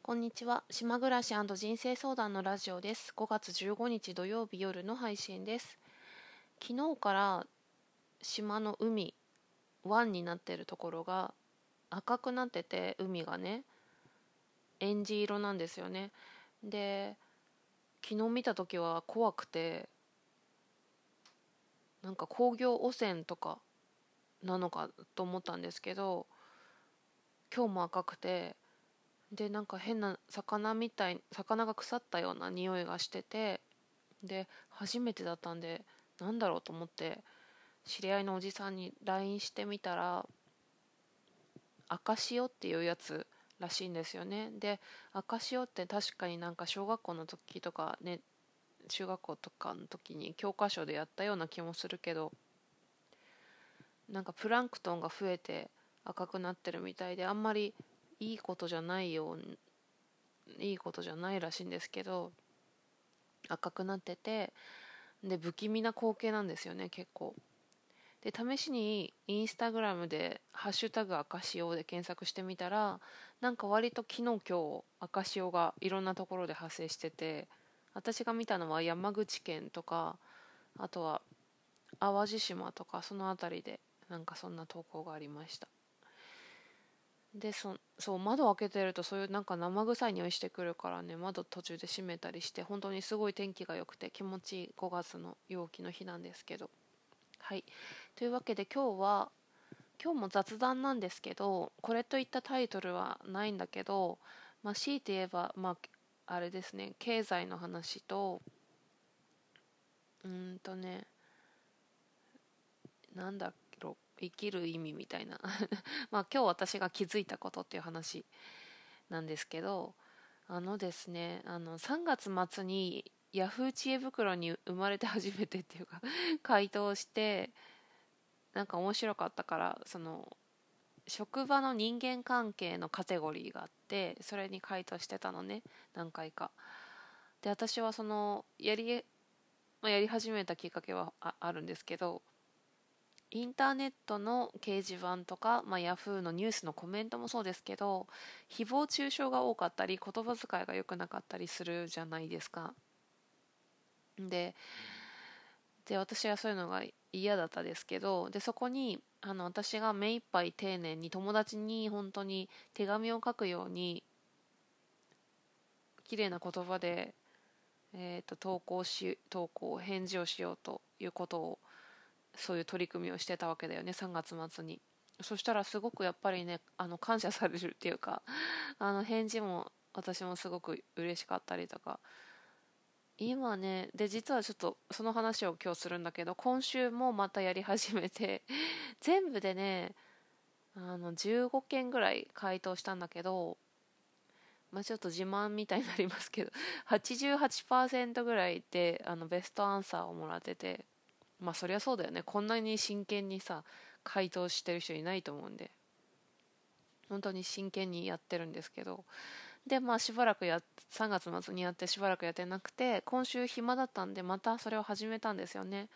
こんにちは。島暮らし人生相談のラジオです。5月15日土曜日夜の配信です。昨日から島の海、湾になっているところが赤くなってて、海がね、エンジ色なんですよね。で、昨日見た時は怖くて、なんか工業汚染とかなのかと思ったんですけど、今日も赤くて、で、なんか変な魚が腐ったような匂いがしてて、で初めてだったんでなんだろうと思って知り合いのおじさんに LINE してみたら、赤潮っていうやつらしいんですよね。で、赤潮って確かになんか小学校の時とかね、中学校とかの時に教科書でやったような気もするけど、なんかプランクトンが増えて赤くなってるみたいで、あんまりいいことじゃないようにいいことじゃないらしいんですけど、赤くなってて、で不気味な光景なんですよね、結構。で、試しにインスタグラムでハッシュタグ赤潮で検索してみたら、なんか割と昨日今日赤潮がいろんなところで発生してて、私が見たのは山口県とか、あとは淡路島とかその辺りでなんかそんな投稿がありました。で、そう窓を開けてるとそういうなんか生臭い匂いしてくるからね、窓途中で閉めたりして、本当にすごい天気が良くて気持ちいい5月の陽気の日なんですけど。はい。というわけで今日も雑談なんですけど、これといったタイトルはないんだけど、強いて言えば、あれですね、経済の話と、うーんとね、なんだろう、生きる意味みたいな。今日私が気づいたことっていう話なんですけど、ですね、3月末にヤフー知恵袋に生まれて初めてっていうか回答して、なんか面白かったから、職場の人間関係のカテゴリーがあって、それに回答してたのね、何回か。で、私はやり始めたきっかけはあるんですけど、インターネットの掲示板とか、ヤフーのニュースのコメントもそうですけど、誹謗中傷が多かったり言葉遣いが良くなかったりするじゃないですか。で、私はそういうのが嫌だったですけど、でそこに私が目いっぱい丁寧に友達に本当に手紙を書くように綺麗な言葉で、投稿返事をしようということを、そういう取り組みをしてたわけだよね、3月末に。そしたらすごくやっぱりね、感謝されるっていうか、返事も私もすごく嬉しかったりとか。今ね、で実はちょっとその話を今日するんだけど、今週もまたやり始めて全部でね、15件ぐらい回答したんだけど、ちょっと自慢みたいになりますけど88%ぐらいでベストアンサーをもらってて、そりゃそうだよね、こんなに真剣にさ回答してる人いないと思うんで、本当に真剣にやってるんですけど、でしばらく3月末にやってしばらくやってなくて、今週暇だったんでまたそれを始めたんですよね。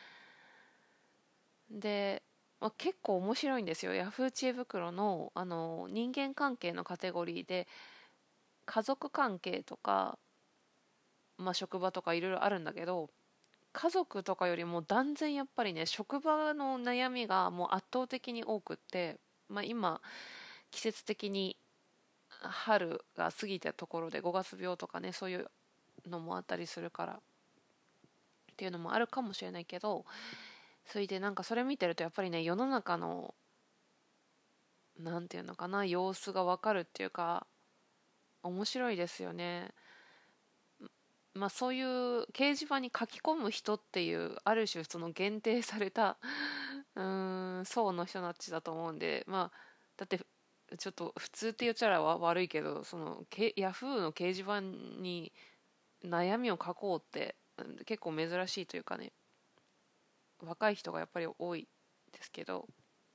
で、結構面白いんですよ。ヤフー知恵袋の人間関係のカテゴリーで、家族関係とか、職場とかいろいろあるんだけど、家族とかよりも断然やっぱりね、職場の悩みがもう圧倒的に多くって、今季節的に春が過ぎたところで5月病とかね、そういうのもあったりするからっていうのもあるかもしれないけど、それでなんかそれ見てるとやっぱりね、世の中のなんていうのかな、様子がわかるっていうか、面白いですよね。そういう掲示板に書き込む人っていうある種その限定された層の人たちだと思うんで、だってちょっと普通って言っちゃら悪いけど、ヤフーの掲示板に悩みを書こうって結構珍しいというかね、若い人がやっぱり多いですけど、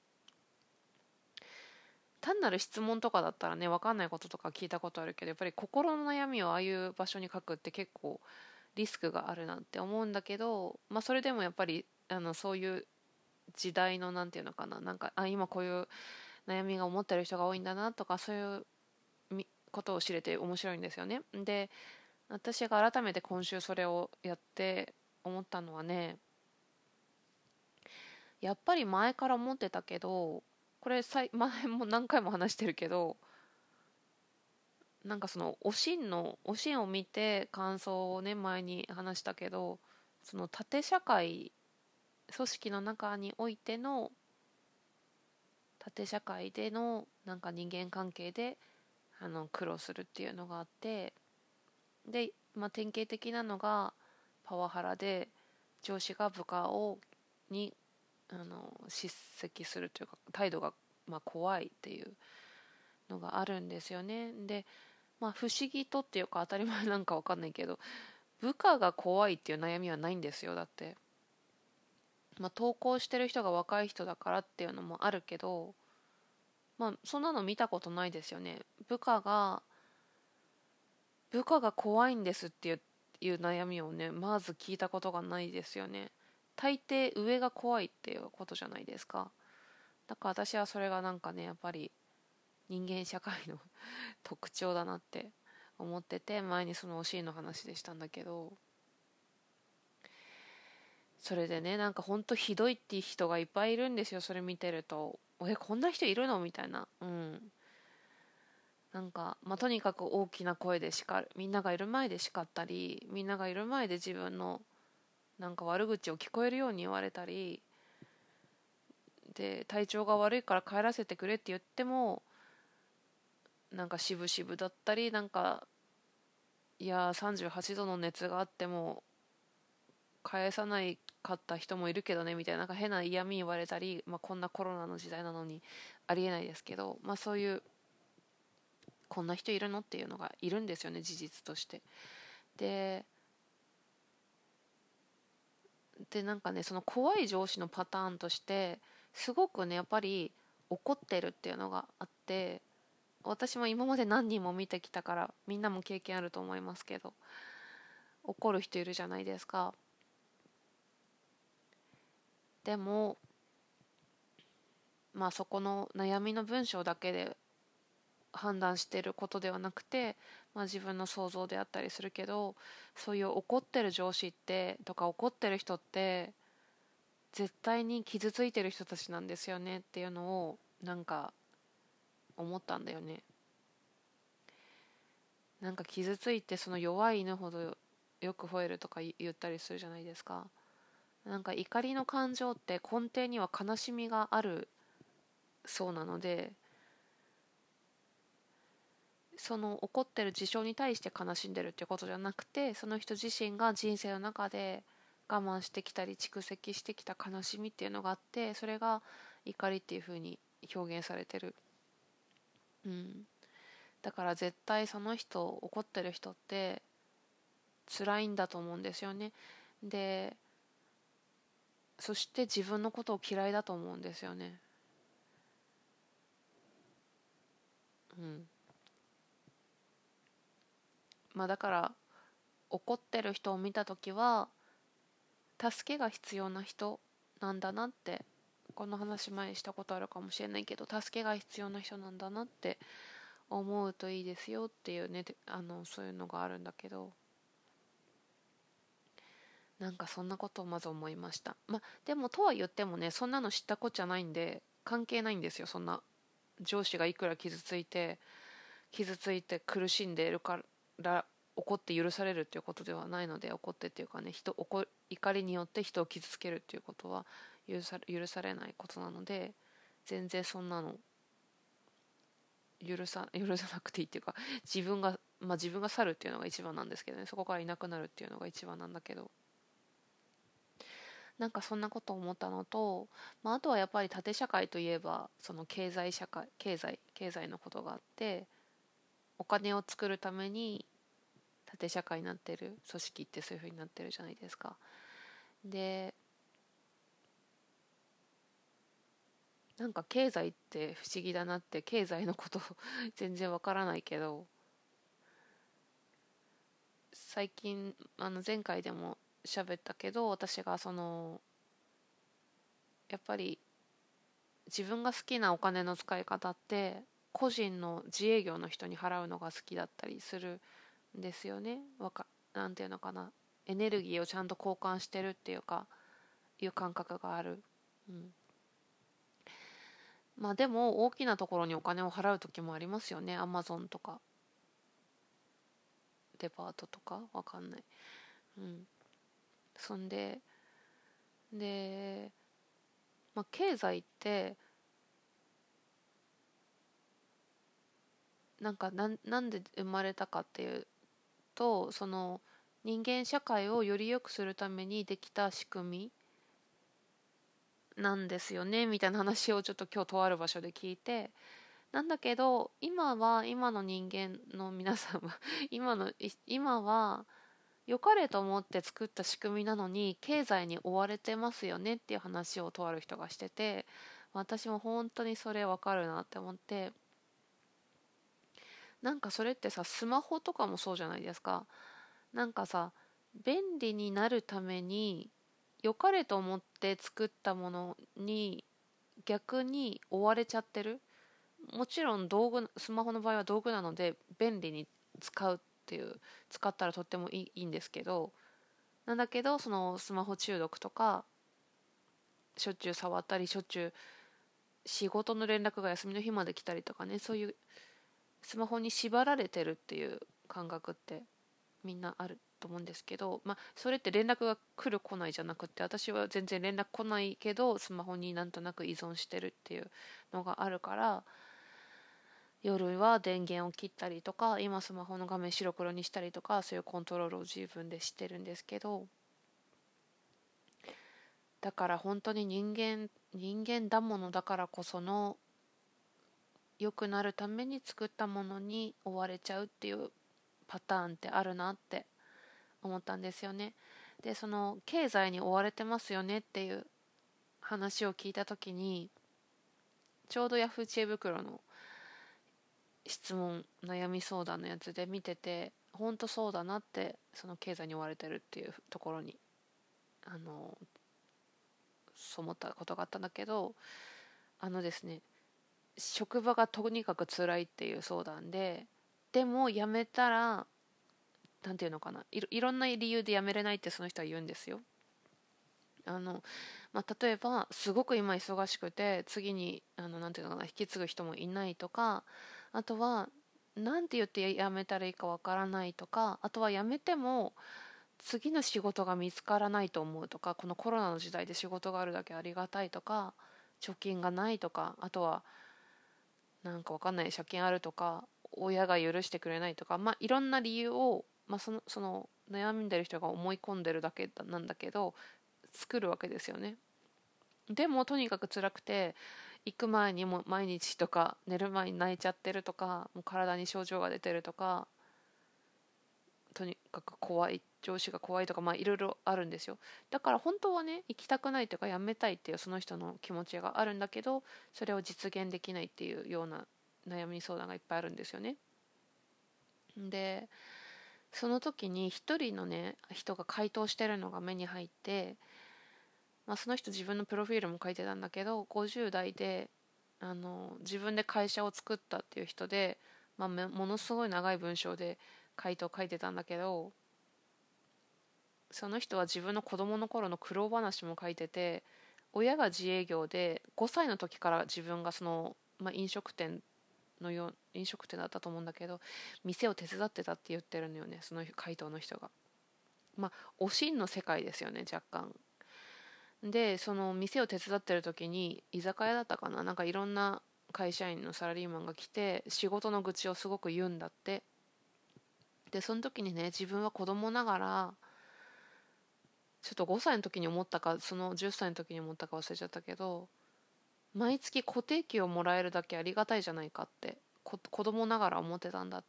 単なる質問とかだったらね、分かんないこととか聞いたことあるけど、やっぱり心の悩みをああいう場所に書くって結構リスクがあるなって思うんだけど、それでもやっぱりそういう時代のなんていうのかな、なんか今こういう悩みが思ってる人が多いんだなとか、そういうことを知れて面白いんですよね。で、私が改めて今週それをやって思ったのはね、やっぱり前から思ってたけど、これ前も何回も話してるけど、なんかそのおしんを見て感想をね前に話したけど、その縦社会、組織の中においての縦社会でのなんか人間関係で苦労するっていうのがあって、で、典型的なのがパワハラで、上司が部下に叱責するというか態度が怖いっていうのがあるんですよね。で、不思議とっていうか当たり前なんか分かんないけど、部下が怖いっていう悩みはないんですよ。だって、投稿してる人が若い人だからっていうのもあるけど、そんなの見たことないですよね。部下が怖いんですっていう悩みをね、まず聞いたことがないですよね。大抵上が怖いっていうことじゃないですか。だから私はそれがなんかね、やっぱり人間社会の特徴だなって思ってて、前にそのおしいの話でしたんだけど、それでね、なんかほんとひどいっていう人がいっぱいいるんですよ。それ見てると、こんな人いるのみたいな。なんか、とにかく大きな声で叱る、みんながいる前で叱ったり、みんながいる前で自分のなんか悪口を聞こえるように言われたりで、体調が悪いから帰らせてくれって言ってもなんか渋々だったり、なんか、いや38度の熱があっても返さないかった人もいるけどねみたいな、なんか変な嫌味言われたり、こんなコロナの時代なのにありえないですけど、そういうこんな人いるのっていうのがいるんですよね、事実として。でなんかね、その怖い上司のパターンとしてすごくね、やっぱり怒ってるっていうのがあって、私も今まで何人も見てきたからみんなも経験あると思いますけど、怒る人いるじゃないですか。でもそこの悩みの文章だけで判断してることではなくて、自分の想像であったりするけど、そういう怒ってる上司ってとか怒ってる人って絶対に傷ついてる人たちなんですよねっていうのをなんか思ったんだよね。なんか傷ついてその弱い犬ほどよく吠えるとか言ったりするじゃないですか。なんか怒りの感情って根底には悲しみがあるそうなので、その起こってる事象に対して悲しんでるっていうことじゃなくて、その人自身が人生の中で我慢してきたり蓄積してきた悲しみっていうのがあって、それが怒りっていう風に表現されてる。だから絶対その人、怒ってる人って辛いんだと思うんですよね。で、そして自分のことを嫌いだと思うんですよね。だから怒ってる人を見た時は助けが必要な人なんだなって、この話前にしたことあるかもしれないけど、助けが必要な人なんだなって思うといいですよっていうね、そういうのがあるんだけど、なんかそんなことをまず思いました。でもとは言ってもね、そんなの知ったこっちゃないんで関係ないんですよ。そんな上司がいくら傷ついて苦しんでいるから怒って許されるっていうことではないので、怒ってっていうかね、怒りによって人を傷つけるっていうことは許されないことなので、全然そんなの許さなくていいっていうか、自分が去るっていうのが一番なんですけどね、そこからいなくなるっていうのが一番なんだけど、なんかそんなことを思ったのと、あとはやっぱり縦社会といえばその経済のことがあって、お金を作るために縦社会になってる組織ってそういう風になってるじゃないですか。で、なんか経済って不思議だなって、経済のこと全然わからないけど、最近前回でも喋ったけど、私がやっぱり自分が好きなお金の使い方って個人の自営業の人に払うのが好きだったりするんですよね。なんていうのかな、エネルギーをちゃんと交換してるっていうか、いう感覚がある。うん、まあでも大きなところにお金を払う時もありますよね。アマゾンとかデパートとかわかんない。うん。そんで、まあ、経済ってなんで生まれたかっていうと、その人間社会をより良くするためにできた仕組みなんですよねみたいな話をちょっと今日とある場所で聞いて、なんだけど今の人間の皆さんは今は良かれと思って作った仕組みなのに経済に追われてますよねっていう話をとある人がしてて、私も本当にそれわかるなって思って、なんかそれってさ、スマホとかもそうじゃないですか。なんかさ、便利になるために良かれと思って作ったものに逆に追われちゃってる。もちろんスマホの場合は道具なので便利に使うっていう、使ったらとってもいいんですけど、なんだけどそのスマホ中毒とかしょっちゅう触ったり、しょっちゅう仕事の連絡が休みの日まで来たりとかね、そういうスマホに縛られてるっていう感覚ってみんなあると思うんですけど、まあそれって連絡が来る来ないじゃなくて、私は全然連絡来ないけどスマホになんとなく依存してるっていうのがあるから、夜は電源を切ったりとか、今スマホの画面白黒にしたりとか、そういうコントロールを自分でしてるんですけど、だから本当に人間だものだからこその良くなるために作ったものに追われちゃうっていうパターンってあるなって思ったんですよね。で、その経済に追われてますよねっていう話を聞いた時に、ちょうどヤフー知恵袋の質問悩み相談のやつで見てて、本当そうだなって、その経済に追われてるっていうところにそう思ったことがあったんだけど、ですね、職場がとにかく辛いっていう相談で、でも辞めたら、なんていうのかな、いろんな理由で辞めれないってその人は言うんですよ。例えばすごく今忙しくて次になんていうのかな、引き継ぐ人もいないとか、あとはなんて言って辞めたらいいかわからないとか、あとは辞めても次の仕事が見つからないと思うとか、このコロナの時代で仕事があるだけありがたいとか、貯金がないとか、あとはなんかわかんない借金あるとか、親が許してくれないとか、いろんな理由を、その悩んでる人が思い込んでるだけなんだけど作るわけですよね。でもとにかく辛くて、行く前にも毎日とか寝る前に泣いちゃってるとか、もう体に症状が出てるとか、とにかく怖い、上司が怖いとか、いろいろあるんですよ。だから本当はね、行きたくないというか辞めたいっていうその人の気持ちがあるんだけど、それを実現できないっていうような悩み相談がいっぱいあるんですよね。で、その時に一人のね人が回答してるのが目に入って、その人自分のプロフィールも書いてたんだけど、50代で自分で会社を作ったっていう人で、ものすごい長い文章で回答書いてたんだけど、その人は自分の子供の頃の苦労話も書いてて、親が自営業で5歳の時から自分が飲食店だったと思うんだけど、店を手伝ってたって言ってるのよね、その回答の人が。おしんの世界ですよね、若干。で、その店を手伝ってる時に居酒屋だったかな、なんかいろんな会社員のサラリーマンが来て仕事の愚痴をすごく言うんだって。でその時にね、自分は子供ながら、ちょっと5歳の時に思ったか、その10歳の時に思ったか忘れちゃったけど、毎月固定給をもらえるだけありがたいじゃないかって子供ながら思ってたんだって。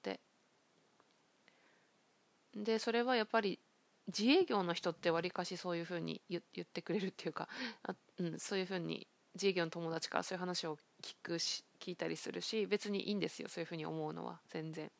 でそれはやっぱり自営業の人ってわりかしそういうふうに言ってくれるっていうか、そういうふうに自営業の友達からそういう話を聞いたりするし、別にいいんですよ、そういうふうに思うのは。全然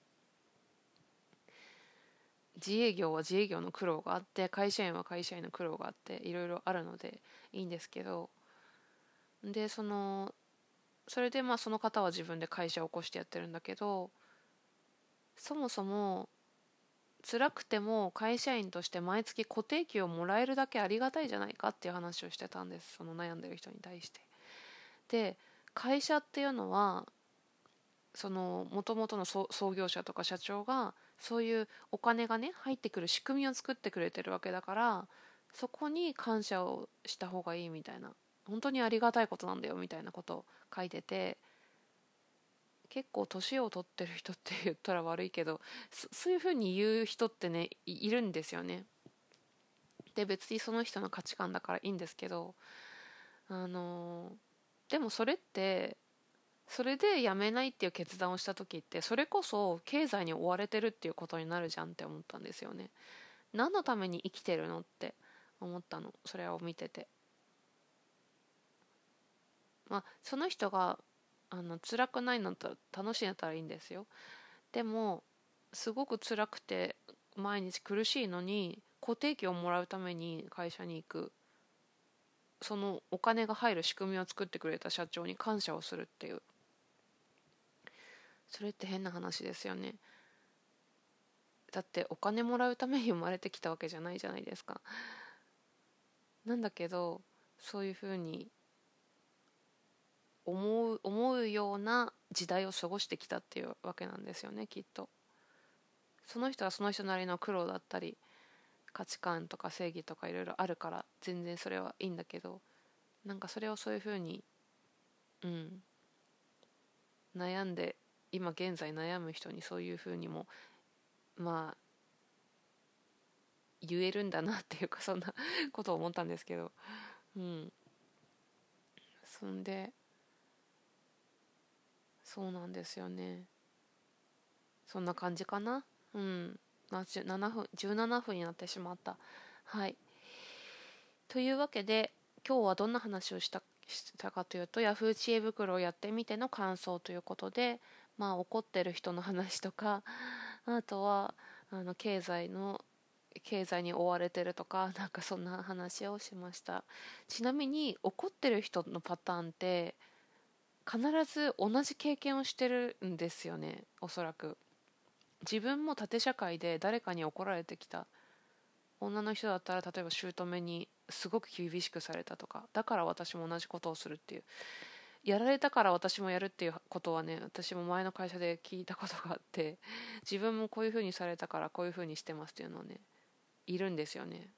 自営業は自営業の苦労があって、会社員は会社員の苦労があって、いろいろあるのでいいんですけど、でそのそれでその方は自分で会社を起こしてやってるんだけど、そもそも辛くても会社員として毎月固定給をもらえるだけありがたいじゃないかっていう話をしてたんです、その悩んでる人に対して。で、会社っていうのはその元々の創業者とか社長がそういうお金がね入ってくる仕組みを作ってくれてるわけだから、そこに感謝をした方がいいみたいな、本当にありがたいことなんだよみたいなことを書いてて、結構年を取ってる人って言ったら悪いけど、そういうふうに言う人ってね、いるんですよね。で、別にその人の価値観だからいいんですけど、でもそれってそれで辞めないっていう決断をした時って、それこそ経済に追われてるっていうことになるじゃんって思ったんですよね。何のために生きてるのって思ったの、それを見てて。その人が辛くないのと楽しいんだったらいいんですよ。でもすごく辛くて毎日苦しいのに固定給をもらうために会社に行く、そのお金が入る仕組みを作ってくれた社長に感謝をするっていう、それって変な話ですよね。だってお金もらうために生まれてきたわけじゃないじゃないですか。なんだけど、そういうふうに思うような時代を過ごしてきたっていうわけなんですよね、きっと。その人はその人なりの苦労だったり価値観とか正義とかいろいろあるから全然それはいいんだけど、なんかそれをそういうふうに、悩んで今現在悩む人にそういうふうにもまあ言えるんだなっていうか、そんなことを思ったんですけど、そんでそうなんですよね。そんな感じかな。17分17分になってしまった。はい、というわけで今日はどんな話をしたかというと、ヤフー知恵袋をやってみての感想ということで、怒ってる人の話とか、あとは経済に追われてるとか、なんかそんな話をしました。ちなみに怒ってる人のパターンって必ず同じ経験をしてるんですよね、おそらく。自分も縦社会で誰かに怒られてきた。女の人だったら例えば姑にすごく厳しくされたとか、だから私も同じことをするっていう、やられたから私もやるっていうことはね、私も前の会社で聞いたことがあって、自分もこういうふうにされたからこういうふうにしてますっていうのはね、いるんですよね。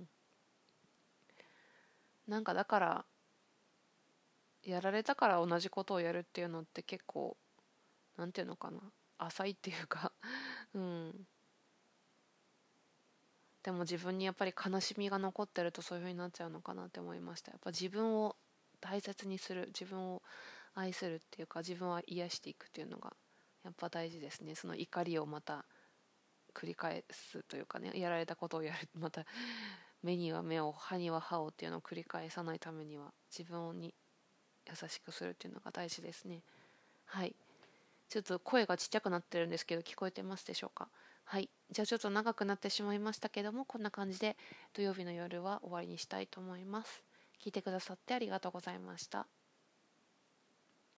なんかだからやられたから同じことをやるっていうのって結構なんていうのかな、浅いっていうかでも自分にやっぱり悲しみが残ってるとそういう風になっちゃうのかなって思いました。やっぱ自分を大切にする、自分を愛するっていうか、自分は癒していくっていうのがやっぱ大事ですね。その怒りをまた繰り返すというかね、やられたことをやる、また目には目を歯には歯をっていうのを繰り返さないためには自分に優しくするっていうのが大事ですね。はい、ちょっと声がちっちゃくなってるんですけど聞こえてますでしょうか。はい、じゃあちょっと長くなってしまいましたけども、こんな感じで土曜日の夜は終わりにしたいと思います。聞いてくださってありがとうございました。